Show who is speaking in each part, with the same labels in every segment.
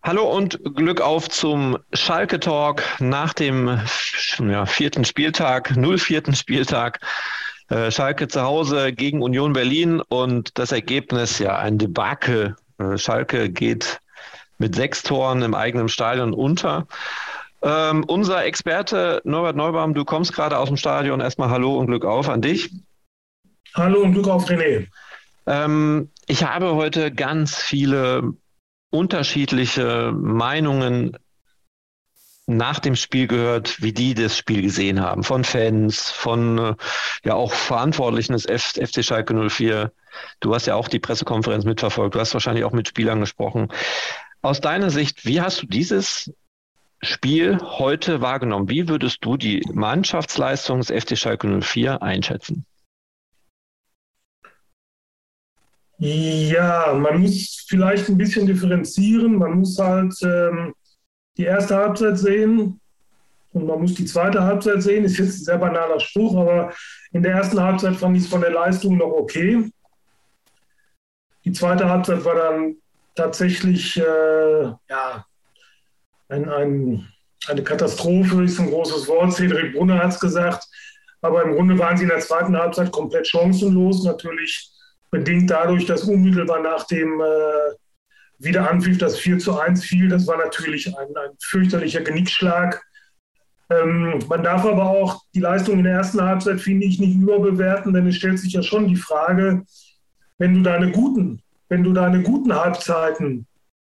Speaker 1: Hallo und Glück auf zum Schalke Talk nach dem vierten Spieltag, 04. Spieltag. Schalke zu Hause gegen Union Berlin und das Ergebnis, ja, ein Debakel. Schalke geht mit 6 Toren im eigenen Stadion unter. Unser Experte Norbert Neubaum, du kommst gerade aus dem Stadion. Erstmal Hallo und Glück auf an dich.
Speaker 2: Hallo und Glück auf René.
Speaker 1: Ich habe heute ganz viele unterschiedliche Meinungen nach dem Spiel gehört, wie die das Spiel gesehen haben. Von Fans, von ja auch Verantwortlichen des FC Schalke 04. Du hast ja auch die Pressekonferenz mitverfolgt. Du hast wahrscheinlich auch mit Spielern gesprochen. Aus deiner Sicht, wie hast du dieses Spiel heute wahrgenommen? Wie würdest du die Mannschaftsleistung des FC Schalke 04 einschätzen?
Speaker 2: Ja, man muss vielleicht ein bisschen differenzieren. Man muss halt die erste Halbzeit sehen und man muss die zweite Halbzeit sehen. Ist jetzt ein sehr banaler Spruch, aber in der ersten Halbzeit fand ich es von der Leistung noch okay. Die zweite Halbzeit war dann tatsächlich ja, eine Katastrophe, ist ein großes Wort. Cedric Brunner hat es gesagt. Aber im Grunde waren sie in der zweiten Halbzeit komplett chancenlos. Natürlich bedingt dadurch, dass unmittelbar nach dem Wiederanpfiff das 4:1 fiel. Das war natürlich ein fürchterlicher Genickschlag. Man darf aber auch die Leistung in der ersten Halbzeit, finde ich, nicht überbewerten, denn es stellt sich ja schon die Frage, wenn du deine guten Halbzeiten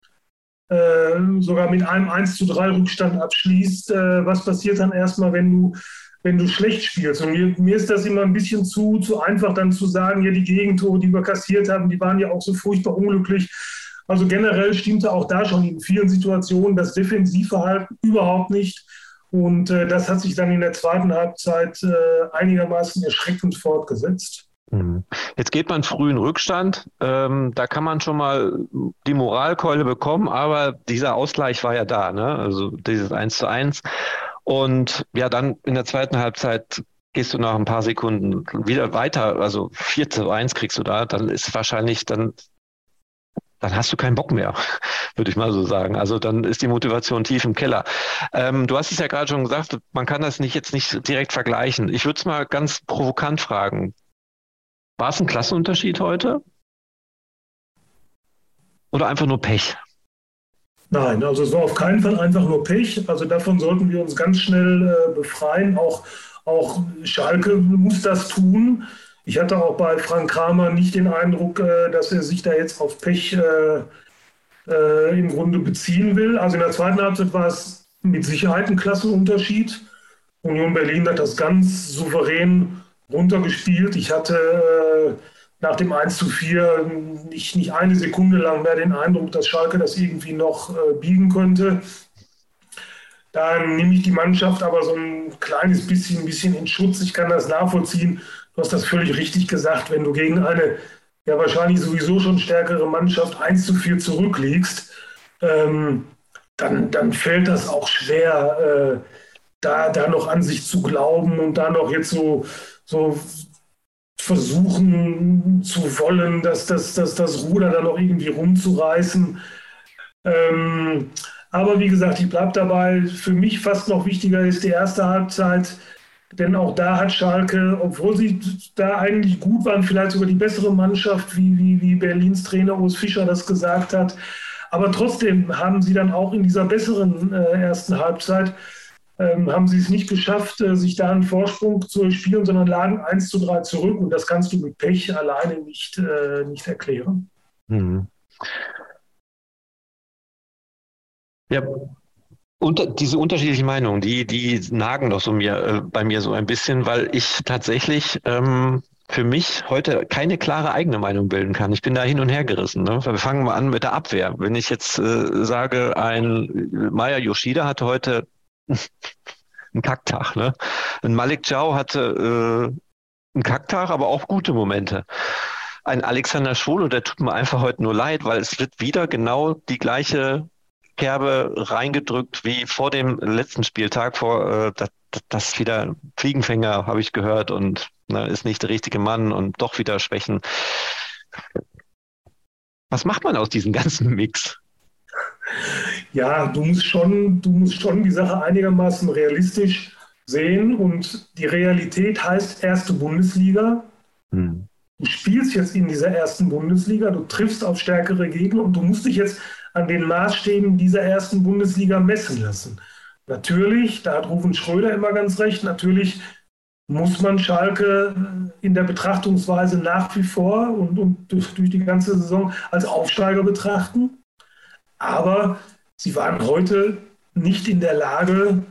Speaker 2: sogar mit einem 1:3 Rückstand abschließt, was passiert dann erstmal, wenn du schlecht spielst? Und mir ist das immer ein bisschen zu einfach dann zu sagen, ja, die Gegentore, die wir kassiert haben, die waren ja auch so furchtbar unglücklich. Also generell stimmte auch da schon in vielen Situationen das Defensivverhalten überhaupt nicht. Und das hat sich dann in der zweiten Halbzeit einigermaßen erschreckend fortgesetzt.
Speaker 1: Jetzt geht man früh in Rückstand. Da kann man schon mal die Moralkeule bekommen, aber dieser Ausgleich war ja da, ne? Also dieses 1:1. Und ja, dann in der zweiten Halbzeit gehst du nach ein paar Sekunden wieder weiter, also 4:1 kriegst du da, dann ist wahrscheinlich, dann hast du keinen Bock mehr, würde ich mal so sagen. Also dann ist die Motivation tief im Keller. Du hast es ja gerade schon gesagt, man kann das jetzt nicht direkt vergleichen. Ich würde es mal ganz provokant fragen. War es ein Klassenunterschied heute oder einfach nur Pech?
Speaker 2: Nein, also es war auf keinen Fall einfach nur Pech. Also davon sollten wir uns ganz schnell befreien. Auch Schalke muss das tun. Ich hatte auch bei Frank Kramer nicht den Eindruck, dass er sich da jetzt auf Pech im Grunde beziehen will. Also in der zweiten Halbzeit war es mit Sicherheit ein Klassenunterschied. Union Berlin hat das ganz souverän runtergespielt. Ich hatte nach dem 1:4 nicht eine Sekunde lang mehr den Eindruck, dass Schalke das irgendwie noch biegen könnte. Da nehme ich die Mannschaft aber so ein kleines bisschen in Schutz. Ich kann das nachvollziehen. Du hast das völlig richtig gesagt. Wenn du gegen eine ja wahrscheinlich sowieso schon stärkere Mannschaft 1:4 zurückliegst, dann fällt das auch schwer, da noch an sich zu glauben und da noch jetzt so versuchen zu wollen, das Ruder da noch irgendwie rumzureißen. Ähm, aber wie gesagt, ich bleibe dabei. Für mich fast noch wichtiger ist die erste Halbzeit, denn auch da hat Schalke, obwohl sie da eigentlich gut waren, vielleicht sogar die bessere Mannschaft, wie Berlins Trainer Urs Fischer das gesagt hat. Aber trotzdem haben sie dann auch in dieser besseren ersten Halbzeit haben sie es nicht geschafft, sich da einen Vorsprung zu erspielen, sondern lagen 1:3 zurück. Und das kannst du mit Pech alleine nicht erklären.
Speaker 1: Mhm. Ja, diese unterschiedlichen Meinungen, die nagen doch so bei mir so ein bisschen, weil ich tatsächlich für mich heute keine klare eigene Meinung bilden kann. Ich bin da hin und her gerissen. Ne? Wir fangen mal an mit der Abwehr. Wenn ich jetzt sage, ein Maya Yoshida hatte heute einen Kacktag. Ne? Ein Malik Chow hatte einen Kacktag, aber auch gute Momente. Ein Alexander Schwolo, der tut mir einfach heute nur leid, weil es wird wieder genau die gleiche Kerbe reingedrückt wie vor dem letzten Spieltag, das wieder Fliegenfänger, habe ich gehört, und ist nicht der richtige Mann und doch wieder Schwächen. Was macht man aus diesem ganzen Mix?
Speaker 2: Ja, du musst schon die Sache einigermaßen realistisch sehen und die Realität heißt erste Bundesliga.
Speaker 1: Hm.
Speaker 2: Du spielst jetzt in dieser ersten Bundesliga, du triffst auf stärkere Gegner und du musst dich jetzt an den Maßstäben dieser ersten Bundesliga messen lassen. Natürlich, da hat Rufen Schröder immer ganz recht, natürlich muss man Schalke in der Betrachtungsweise nach wie vor und durch die ganze Saison als Aufsteiger betrachten. Aber sie waren heute nicht in der Lage,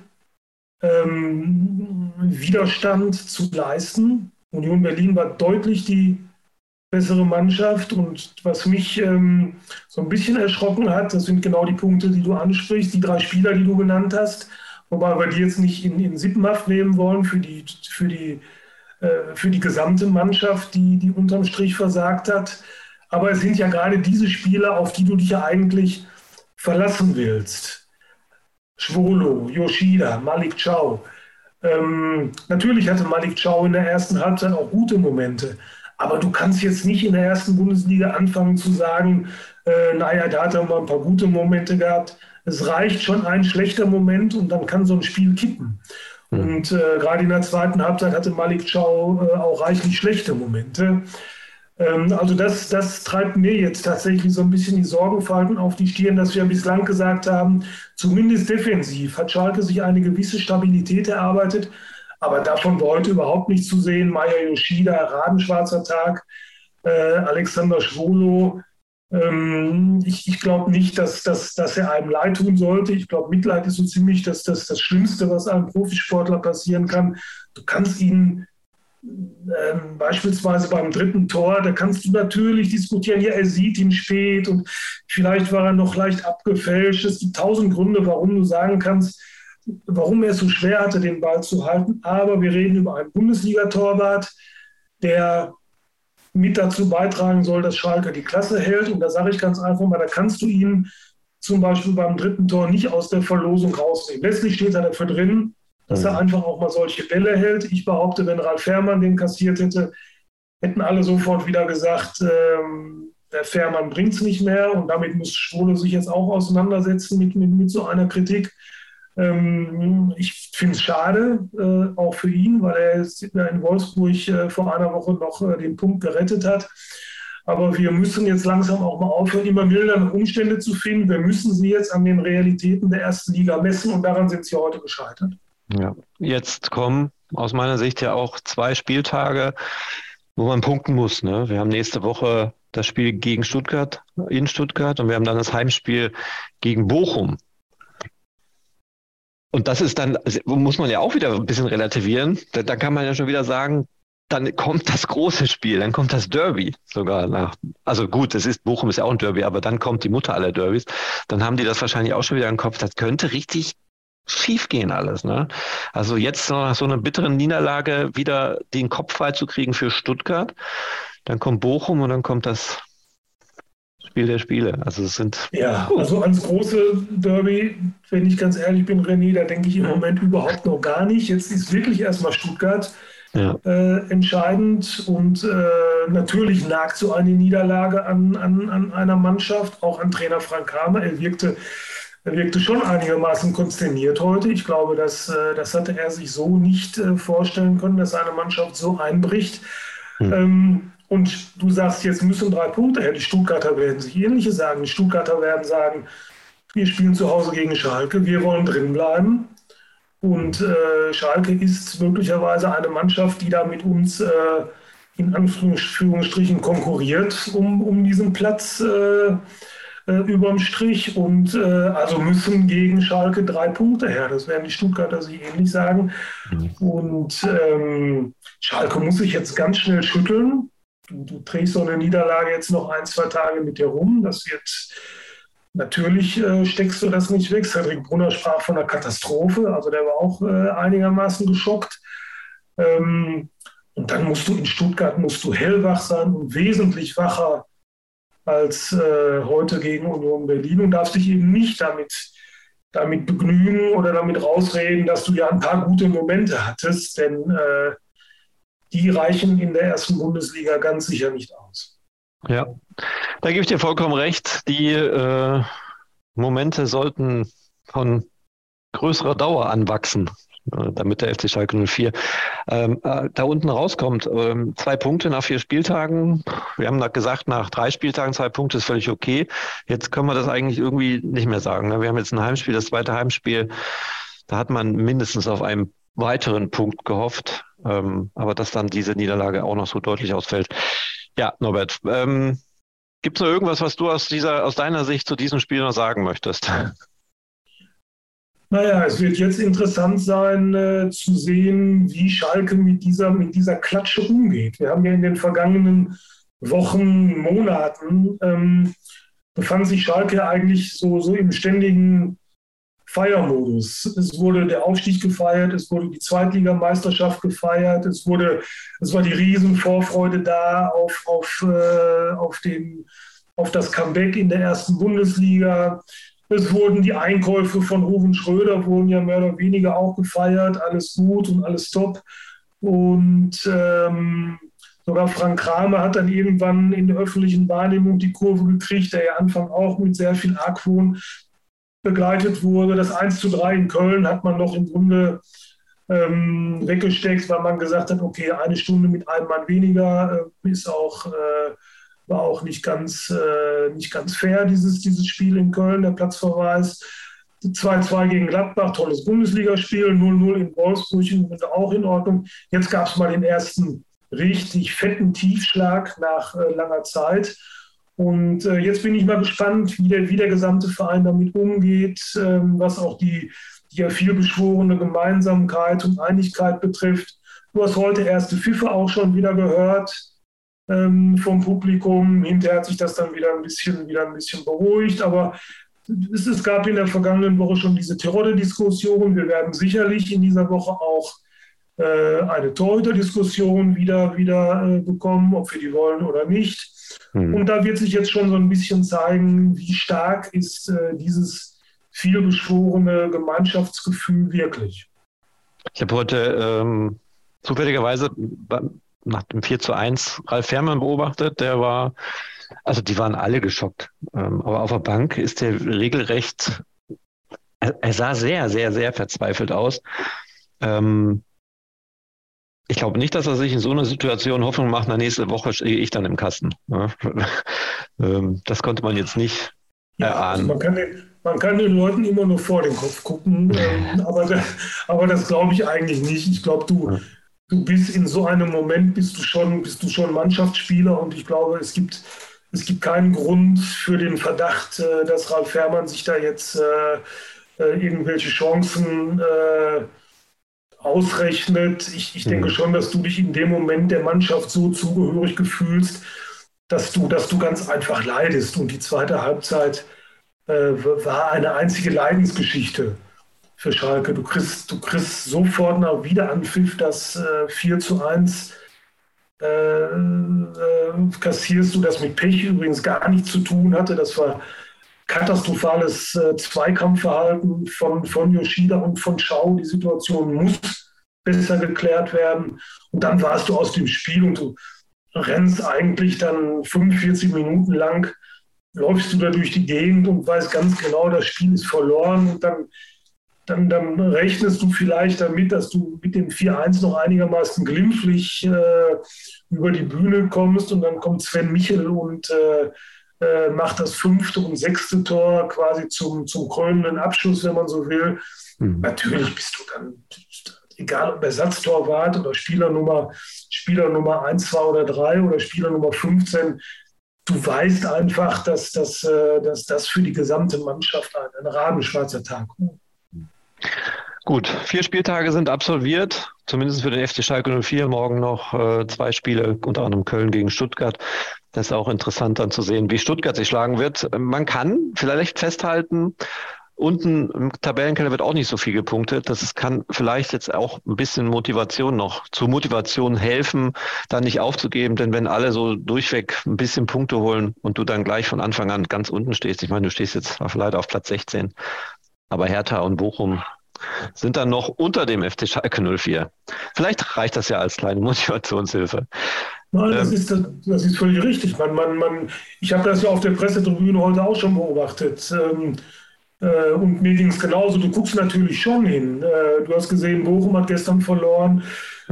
Speaker 2: Widerstand zu leisten. Union Berlin war deutlich die bessere Mannschaft und was mich so ein bisschen erschrocken hat, das sind genau die Punkte, die du ansprichst, die 3 Spieler, die du genannt hast, wobei wir die jetzt nicht in Sippenhaft nehmen wollen für die gesamte Mannschaft, die unterm Strich versagt hat. Aber es sind ja gerade diese Spieler, auf die du dich ja eigentlich verlassen willst. Schwolo, Yoshida, Malik Chow. Natürlich hatte Malik Chow in der ersten Halbzeit auch gute Momente. Aber du kannst jetzt nicht in der ersten Bundesliga anfangen zu sagen, naja, da hat er mal ein paar gute Momente gehabt. Es reicht schon ein schlechter Moment und dann kann so ein Spiel kippen. Und gerade in der zweiten Halbzeit hatte Malik Chow auch reichlich schlechte Momente. Also das treibt mir jetzt tatsächlich so ein bisschen die Sorgenfalten auf die Stirn, dass wir bislang gesagt haben, zumindest defensiv hat Schalke sich eine gewisse Stabilität erarbeitet. Aber davon war heute überhaupt nicht zu sehen. Maya Yoshida, rabenschwarzer Tag, Alexander Schwolo. Ich glaube nicht, dass er einem leid tun sollte. Ich glaube, Mitleid ist so ziemlich das Schlimmste, was einem Profisportler passieren kann. Du kannst ihn beispielsweise beim 3. Tor, da kannst du natürlich diskutieren, ja, er sieht ihn spät und vielleicht war er noch leicht abgefälscht. Es gibt 1000 Gründe, warum du sagen kannst, warum er es so schwer hatte, den Ball zu halten. Aber wir reden über einen Bundesliga-Torwart, der mit dazu beitragen soll, dass Schalke die Klasse hält. Und da sage ich ganz einfach mal, da kannst du ihn zum Beispiel beim 3. Tor nicht aus der Verlosung rausnehmen. Letztlich steht er dafür drin, dass er einfach auch mal solche Bälle hält. Ich behaupte, wenn Ralf Fährmann den kassiert hätte, hätten alle sofort wieder gesagt, der Fährmann bringt es nicht mehr. Und damit muss Schwolo sich jetzt auch auseinandersetzen mit so einer Kritik. Ich finde es schade, auch für ihn, weil er in Wolfsburg vor einer Woche noch den Punkt gerettet hat. Aber wir müssen jetzt langsam auch mal aufhören, immer mildere Umstände zu finden. Wir müssen sie jetzt an den Realitäten der ersten Liga messen und daran sind sie heute gescheitert.
Speaker 1: Ja, jetzt kommen aus meiner Sicht ja auch 2 Spieltage, wo man punkten muss. Ne? Wir haben nächste Woche das Spiel gegen Stuttgart, in Stuttgart, und wir haben dann das Heimspiel gegen Bochum. Und das ist dann, muss man ja auch wieder ein bisschen relativieren. Da kann man ja schon wieder sagen, dann kommt das große Spiel, dann kommt das Derby sogar nach. Also gut, Bochum ist ja auch ein Derby, aber dann kommt die Mutter aller Derbys. Dann haben die das wahrscheinlich auch schon wieder im Kopf. Das könnte richtig schief gehen alles. Ne? Also jetzt nach so einer bitteren Niederlage wieder den Kopf frei zu kriegen für Stuttgart. Dann kommt Bochum und dann kommt das Spiel der Spiele. Also es sind.
Speaker 2: Ja, also ans große Derby, wenn ich ganz ehrlich bin, René, da denke ich im Moment überhaupt noch gar nicht. Jetzt ist wirklich erstmal Stuttgart entscheidend und natürlich nagt so eine Niederlage an einer Mannschaft, auch an Trainer Frank Kramer. Er wirkte schon einigermaßen konsterniert heute. Ich glaube, das hatte er sich so nicht vorstellen können, dass seine Mannschaft so einbricht. Und du sagst, jetzt müssen 3 Punkte her. Die Stuttgarter werden sich Ähnliches sagen. Die Stuttgarter werden sagen, wir spielen zu Hause gegen Schalke, wir wollen drin bleiben. Und Schalke ist möglicherweise eine Mannschaft, die da mit uns in Anführungsstrichen konkurriert um diesen Platz überm Strich. Und also müssen gegen Schalke 3 Punkte her. Das werden die Stuttgarter sich ähnlich sagen. Und Schalke muss sich jetzt ganz schnell schütteln. Du trägst so eine Niederlage jetzt noch 1, 2 Tage mit dir rum. Das wird natürlich, steckst du das nicht weg. Cedric Brunner sprach von einer Katastrophe. Also der war auch einigermaßen geschockt. Und dann musst du in Stuttgart hellwach sein und wesentlich wacher als heute gegen Union Berlin und darfst dich eben nicht damit begnügen oder damit rausreden, dass du ja ein paar gute Momente hattest, denn die reichen in der ersten Bundesliga ganz sicher nicht aus.
Speaker 1: Ja, da gebe ich dir vollkommen recht. Momente sollten von größerer Dauer anwachsen, damit der FC Schalke 04 da unten rauskommt. 2 Punkte nach 4 Spieltagen. Wir haben gesagt, nach 3 Spieltagen 2 Punkte ist völlig okay. Jetzt können wir das eigentlich irgendwie nicht mehr sagen. Ne? Wir haben jetzt ein Heimspiel, das zweite Heimspiel. Da hat man mindestens auf einen weiteren Punkt gehofft. Aber dass dann diese Niederlage auch noch so deutlich ausfällt. Ja, Norbert, gibt es noch irgendwas, was du aus deiner Sicht zu diesem Spiel noch sagen möchtest?
Speaker 2: Naja, es wird jetzt interessant sein, zu sehen, wie Schalke mit dieser Klatsche umgeht. Wir haben ja in den vergangenen Wochen, Monaten, befand sich Schalke eigentlich so im ständigen Feiermodus. Es wurde der Aufstieg gefeiert, es wurde die Zweitligameisterschaft gefeiert, es war die Riesenvorfreude da auf das Comeback in der ersten Bundesliga. Es wurden die Einkäufe von Ruven Schröder wurden ja mehr oder weniger auch gefeiert, alles gut und alles top. Und sogar Frank Kramer hat dann irgendwann in der öffentlichen Wahrnehmung die Kurve gekriegt, der ja Anfang auch mit sehr viel Argwohn begleitet wurde. Das 1:3 in Köln hat man noch im Grunde weggesteckt, weil man gesagt hat, okay, eine Stunde mit einem Mann weniger war auch nicht ganz fair, dieses Spiel in Köln, der Platzverweis. 2:2 gegen Gladbach, tolles Bundesligaspiel, 0:0 in Wolfsburg, auch in Ordnung. Jetzt gab es mal den ersten richtig fetten Tiefschlag nach langer Zeit. Und jetzt bin ich mal gespannt, wie der gesamte Verein damit umgeht, was auch die ja vielbeschworene Gemeinsamkeit und Einigkeit betrifft. Du hast heute erste Pfiffe auch schon wieder gehört vom Publikum. Hinterher hat sich das dann wieder ein bisschen beruhigt. Aber es gab in der vergangenen Woche schon diese Terodde-Diskussion. Wir werden sicherlich in dieser Woche auch eine Torhüter-Diskussion wieder bekommen, ob wir die wollen oder nicht. Und da wird sich jetzt schon so ein bisschen zeigen, wie stark ist dieses vielbeschworene Gemeinschaftsgefühl wirklich.
Speaker 1: Ich habe heute zufälligerweise nach dem 4:1 Ralf Fährmann beobachtet. Die waren alle geschockt. Aber auf der Bank ist der regelrecht, er sah sehr, sehr, sehr verzweifelt aus. Ich glaube nicht, dass er sich in so einer Situation Hoffnung macht, nächste Woche stehe ich dann im Kasten. Ja. Das konnte man jetzt nicht erahnen.
Speaker 2: Also man kann den Leuten immer nur vor den Kopf gucken, aber das glaube ich eigentlich nicht. Ich glaube, du bist in so einem Moment, bist du schon Mannschaftsspieler, und ich glaube, es gibt keinen Grund für den Verdacht, dass Ralf Fährmann sich da jetzt irgendwelche Chancen ausrechnet. Ich denke schon, dass du dich in dem Moment der Mannschaft so zugehörig fühlst, dass du ganz einfach leidest. Und die zweite Halbzeit war eine einzige Leidensgeschichte für Schalke. Du kriegst sofort nach Wiederanpfiff das 4:1 kassierst du, das mit Pech übrigens gar nichts zu tun hatte. Das war katastrophales Zweikampfverhalten von Yoshida und von Schau. Die Situation muss besser geklärt werden. Und dann warst du aus dem Spiel und du rennst eigentlich dann 45 Minuten lang, läufst du da durch die Gegend und weißt ganz genau, das Spiel ist verloren. Und dann rechnest du vielleicht damit, dass du mit dem 4:1 noch einigermaßen glimpflich über die Bühne kommst, und dann kommt Sven Michel und macht das 5. und 6. Tor quasi zum krönenden Abschluss, wenn man so will. Natürlich bist du dann, egal ob Ersatztorwart oder Spieler Nummer 1, 2 oder 3 oder Spieler Nummer 15, du weißt einfach, dass das für die gesamte Mannschaft ein rabenschwarzer Tag war.
Speaker 1: Gut, 4 Spieltage sind absolviert, zumindest für den FC Schalke 04. Morgen noch 2 Spiele, unter anderem Köln gegen Stuttgart. Das ist auch interessant dann zu sehen, wie Stuttgart sich schlagen wird. Man kann vielleicht festhalten, unten im Tabellenkeller wird auch nicht so viel gepunktet. Das kann vielleicht jetzt auch ein bisschen zur Motivation helfen, da nicht aufzugeben. Denn wenn alle so durchweg ein bisschen Punkte holen und du dann gleich von Anfang an ganz unten stehst, ich meine, du stehst jetzt leider auf Platz 16, aber Hertha und Bochum sind dann noch unter dem FC Schalke 04. Vielleicht reicht das ja als kleine Motivationshilfe.
Speaker 2: Nein, das ist völlig richtig. Ich habe das ja auf der Pressetribüne heute auch schon beobachtet. Und mir ging es genauso. Du guckst natürlich schon hin. Du hast gesehen, Bochum hat gestern verloren.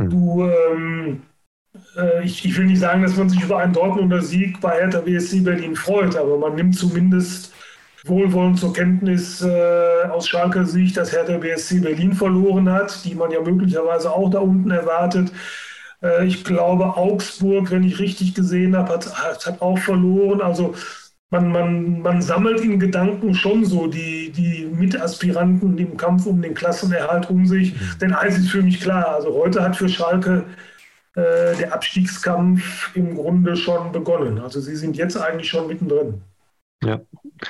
Speaker 2: Ich will nicht sagen, dass man sich über einen Dortmunder Sieg bei Hertha BSC Berlin freut, aber man nimmt zumindest wohlwollend zur Kenntnis aus Schalker Sicht, dass Hertha BSC Berlin verloren hat, die man ja möglicherweise auch da unten erwartet. Ich glaube, Augsburg, wenn ich richtig gesehen habe, hat auch verloren. Also man sammelt in Gedanken schon so die Mitaspiranten im Kampf um den Klassenerhalt um sich. Denn eins ist für mich klar, also heute hat für Schalke der Abstiegskampf im Grunde schon begonnen. Also sie sind jetzt eigentlich schon mittendrin.
Speaker 1: Ja.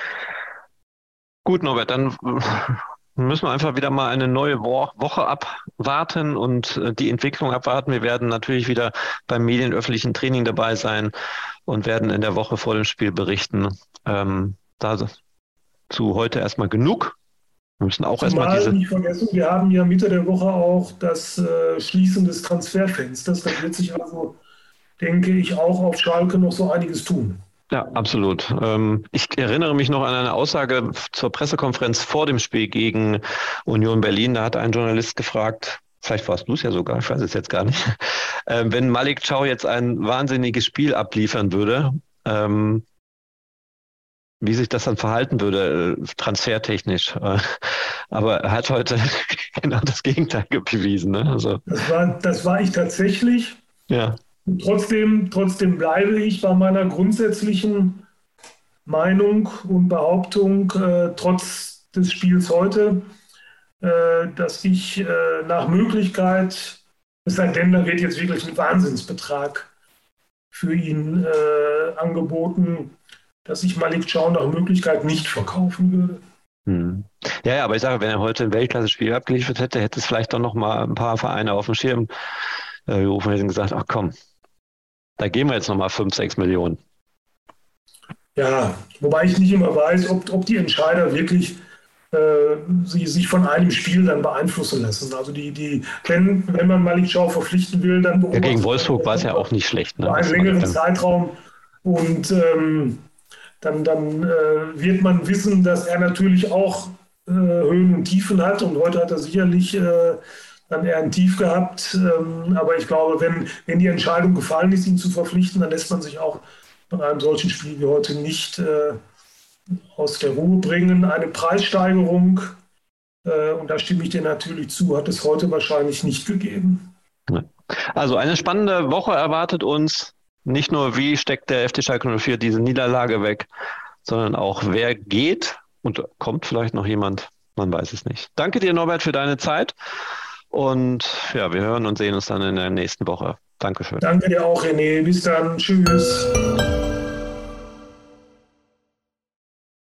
Speaker 1: Gut, Norbert, dann müssen wir einfach wieder mal eine neue Woche abwarten und die Entwicklung abwarten. Wir werden natürlich wieder beim medienöffentlichen Training dabei sein und werden in der Woche vor dem Spiel berichten. Dazu heute erstmal genug. Wir müssen auch erstmal
Speaker 2: nicht vergessen, wir haben ja Mitte der Woche auch das Schließen des Transferfensters. Da wird sich also, denke ich, auch auf Schalke noch so einiges tun.
Speaker 1: Ja, absolut. Ich erinnere mich noch an eine Aussage zur Pressekonferenz vor dem Spiel gegen Union Berlin. Da hat ein Journalist gefragt, vielleicht warst du es ja sogar, ich weiß es jetzt gar nicht, wenn Malik Thiaw jetzt ein wahnsinniges Spiel abliefern würde, wie sich das dann verhalten würde, transfertechnisch. Aber er hat heute genau das Gegenteil bewiesen. Ne? Also,
Speaker 2: das war ich tatsächlich.
Speaker 1: Ja.
Speaker 2: Trotzdem bleibe ich bei meiner grundsätzlichen Meinung und Behauptung, trotz des Spiels heute, dass ich nach Möglichkeit, es sei denn, da wird jetzt wirklich ein Wahnsinnsbetrag für ihn angeboten, dass ich Malik Thiaw nach Möglichkeit nicht verkaufen würde.
Speaker 1: Ja, aber ich sage, wenn er heute ein Weltklasse-Spiel abgeliefert hätte, hätte es vielleicht doch noch mal ein paar Vereine auf dem Schirm gerufen und hätten gesagt, ach komm, da geben wir jetzt nochmal 5, 6 Millionen.
Speaker 2: Ja, wobei ich nicht immer weiß, ob die Entscheider wirklich sich von einem Spiel dann beeinflussen lassen. Also wenn man Malik Thiaw verpflichten will, dann
Speaker 1: ja, gegen Wolfsburg war es ja auch nicht schlecht. Ne?
Speaker 2: Einen längeren Zeitraum und dann wird man wissen, dass er natürlich auch Höhen und Tiefen hat und heute hat er sicherlich dann eher ein Tief gehabt. Aber ich glaube, wenn die Entscheidung gefallen ist, ihn zu verpflichten, dann lässt man sich auch von einem solchen Spiel wie heute nicht aus der Ruhe bringen. Eine Preissteigerung, und da stimme ich dir natürlich zu, hat es heute wahrscheinlich nicht gegeben.
Speaker 1: Also eine spannende Woche erwartet uns. Nicht nur, wie steckt der FC Schalke 04 diese Niederlage weg, sondern auch, wer geht und kommt vielleicht noch jemand, man weiß es nicht. Danke dir, Norbert, für deine Zeit und ja, wir hören und sehen uns dann in der nächsten Woche. Dankeschön.
Speaker 2: Danke dir auch, René. Bis dann. Tschüss.